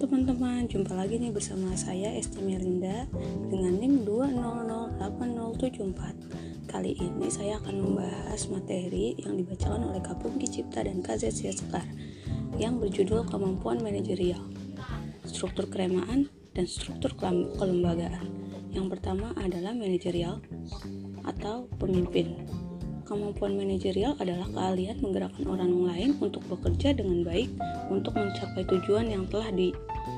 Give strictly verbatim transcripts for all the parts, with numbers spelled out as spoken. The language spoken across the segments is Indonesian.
teman-teman, jumpa lagi nih bersama saya Esti Melinda dengan NIM dua nol nol delapan nol tujuh empat. Kali ini saya akan membahas materi yang dibacakan oleh Kapungki Cipta dan K Z Sekar yang berjudul Kemampuan Manajerial, Struktur Keremaan dan Struktur Kelembagaan. Yang pertama adalah manajerial atau pemimpin. Kemampuan manajerial adalah keahlian menggerakkan orang lain untuk bekerja dengan baik untuk mencapai tujuan yang telah di,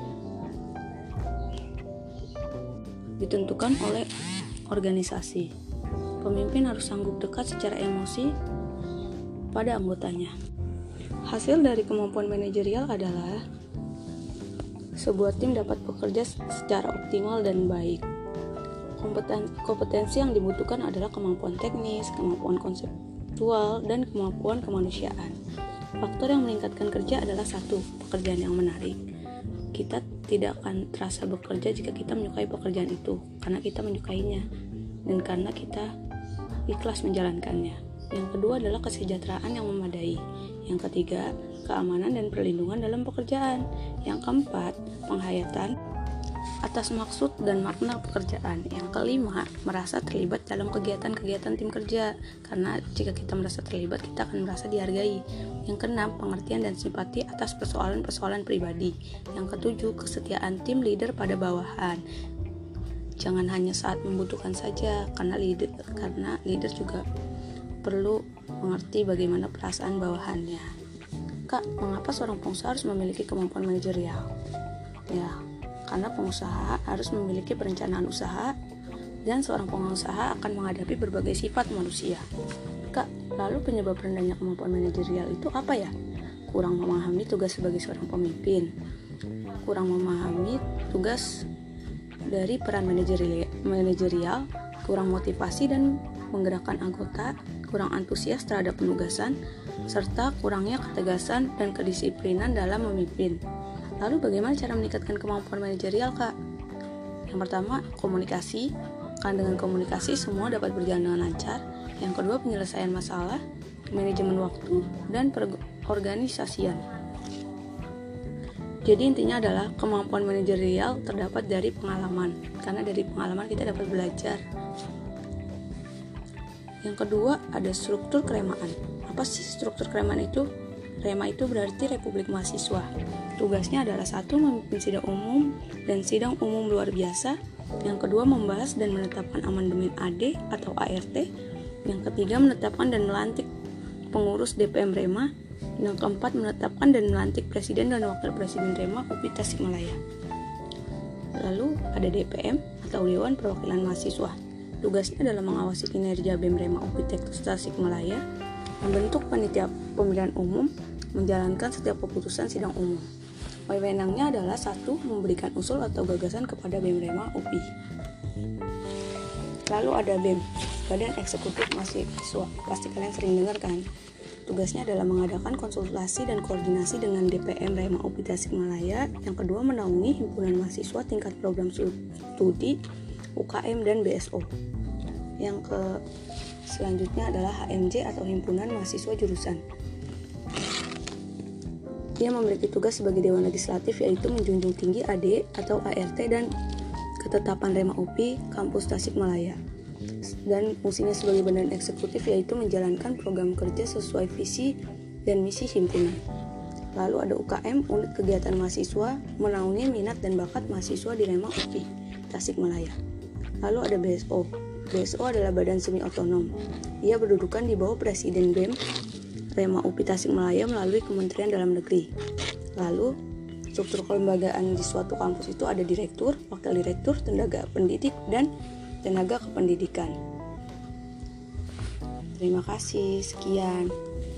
ditentukan oleh organisasi. Pemimpin harus sanggup dekat secara emosi pada anggotanya. Hasil dari kemampuan manajerial adalah sebuah tim dapat bekerja secara optimal dan baik. Kompeten, kompetensi yang dibutuhkan adalah kemampuan teknis, kemampuan konseptual, dan kemampuan kemanusiaan. Faktor yang meningkatkan kerja adalah satu, pekerjaan yang menarik. Kita tidak akan terasa bekerja jika kita menyukai pekerjaan itu, karena kita menyukainya, dan karena kita ikhlas menjalankannya. Yang kedua adalah kesejahteraan yang memadai. Yang ketiga, keamanan dan perlindungan dalam pekerjaan. Yang keempat, penghayatan atas maksud dan makna pekerjaan. Yang kelima, merasa terlibat dalam kegiatan-kegiatan tim kerja, karena jika kita merasa terlibat, kita akan merasa dihargai. Yang keenam, pengertian dan simpati atas persoalan-persoalan pribadi. Yang ketujuh, kesetiaan tim leader pada bawahan. Jangan hanya saat membutuhkan saja, karena leader karena leader juga perlu mengerti bagaimana perasaan bawahannya. Kak, mengapa seorang pengusaha harus memiliki kemampuan manajerial? Ya, karena pengusaha harus memiliki perencanaan usaha dan seorang pengusaha akan menghadapi berbagai sifat manusia. Kak, lalu penyebab rendahnya kemampuan manajerial itu apa ya? Kurang memahami tugas sebagai seorang pemimpin, kurang memahami tugas dari peran manajerial, manajerial, kurang motivasi dan menggerakkan anggota, kurang antusias terhadap penugasan, serta kurangnya ketegasan dan kedisiplinan dalam memimpin. Lalu bagaimana cara meningkatkan kemampuan manajerial, Kak? Yang pertama, komunikasi. Karena dengan komunikasi semua dapat berjalan dengan lancar. Yang kedua, penyelesaian masalah, manajemen waktu, dan perorganisasian. Jadi intinya adalah kemampuan manajerial terdapat dari pengalaman. Karena dari pengalaman kita dapat belajar. Yang kedua, ada struktur keremaan. Apa sih struktur keremaan itu? Rema itu berarti Republik Mahasiswa. Tugasnya adalah satu, memimpin sidang umum dan sidang umum luar biasa. Yang kedua, membahas dan menetapkan amandemen A D atau A R T. Yang ketiga, menetapkan dan melantik pengurus D P M Rema. Yang keempat, menetapkan dan melantik presiden dan wakil presiden Rema U P I Tasikmalaya. Lalu ada D P M atau Dewan Perwakilan Mahasiswa. Tugasnya adalah mengawasi kinerja B E M Rema U P I Tasikmalaya, membentuk panitia pemilihan umum, menjalankan setiap keputusan sidang umum. Wewenangnya adalah satu, memberikan usul atau gagasan kepada B E M Rema U P I. Lalu ada B E M, Badan Eksekutif Mahasiswa. Pasti kalian sering dengar kan? Tugasnya adalah mengadakan konsultasi dan koordinasi dengan D P M Rema U P I Tasikmalaya. Yang kedua, menaungi himpunan mahasiswa tingkat program studi, U K M dan B S O. Yang ke selanjutnya adalah H M J atau Himpunan Mahasiswa Jurusan. Dia memiliki tugas sebagai Dewan Legislatif, yaitu menjunjung tinggi A D atau A R T dan ketetapan Rema U P I Kampus Tasikmalaya. Dan fungsinya sebagai badan eksekutif yaitu menjalankan program kerja sesuai visi dan misi himpunan. Lalu ada U K M, Unit Kegiatan Mahasiswa, menaungi minat dan bakat mahasiswa di Rema U P I Tasikmalaya. Lalu ada B S O. B S O adalah badan semi otonom. Ia berdudukan di bawah Presiden B E M Rema U P I Tasikmalaya melalui Kementerian Dalam Negeri. Lalu, struktur kelembagaan di suatu kampus itu ada direktur, wakil direktur, tenaga pendidik, dan tenaga kependidikan. Terima kasih, sekian.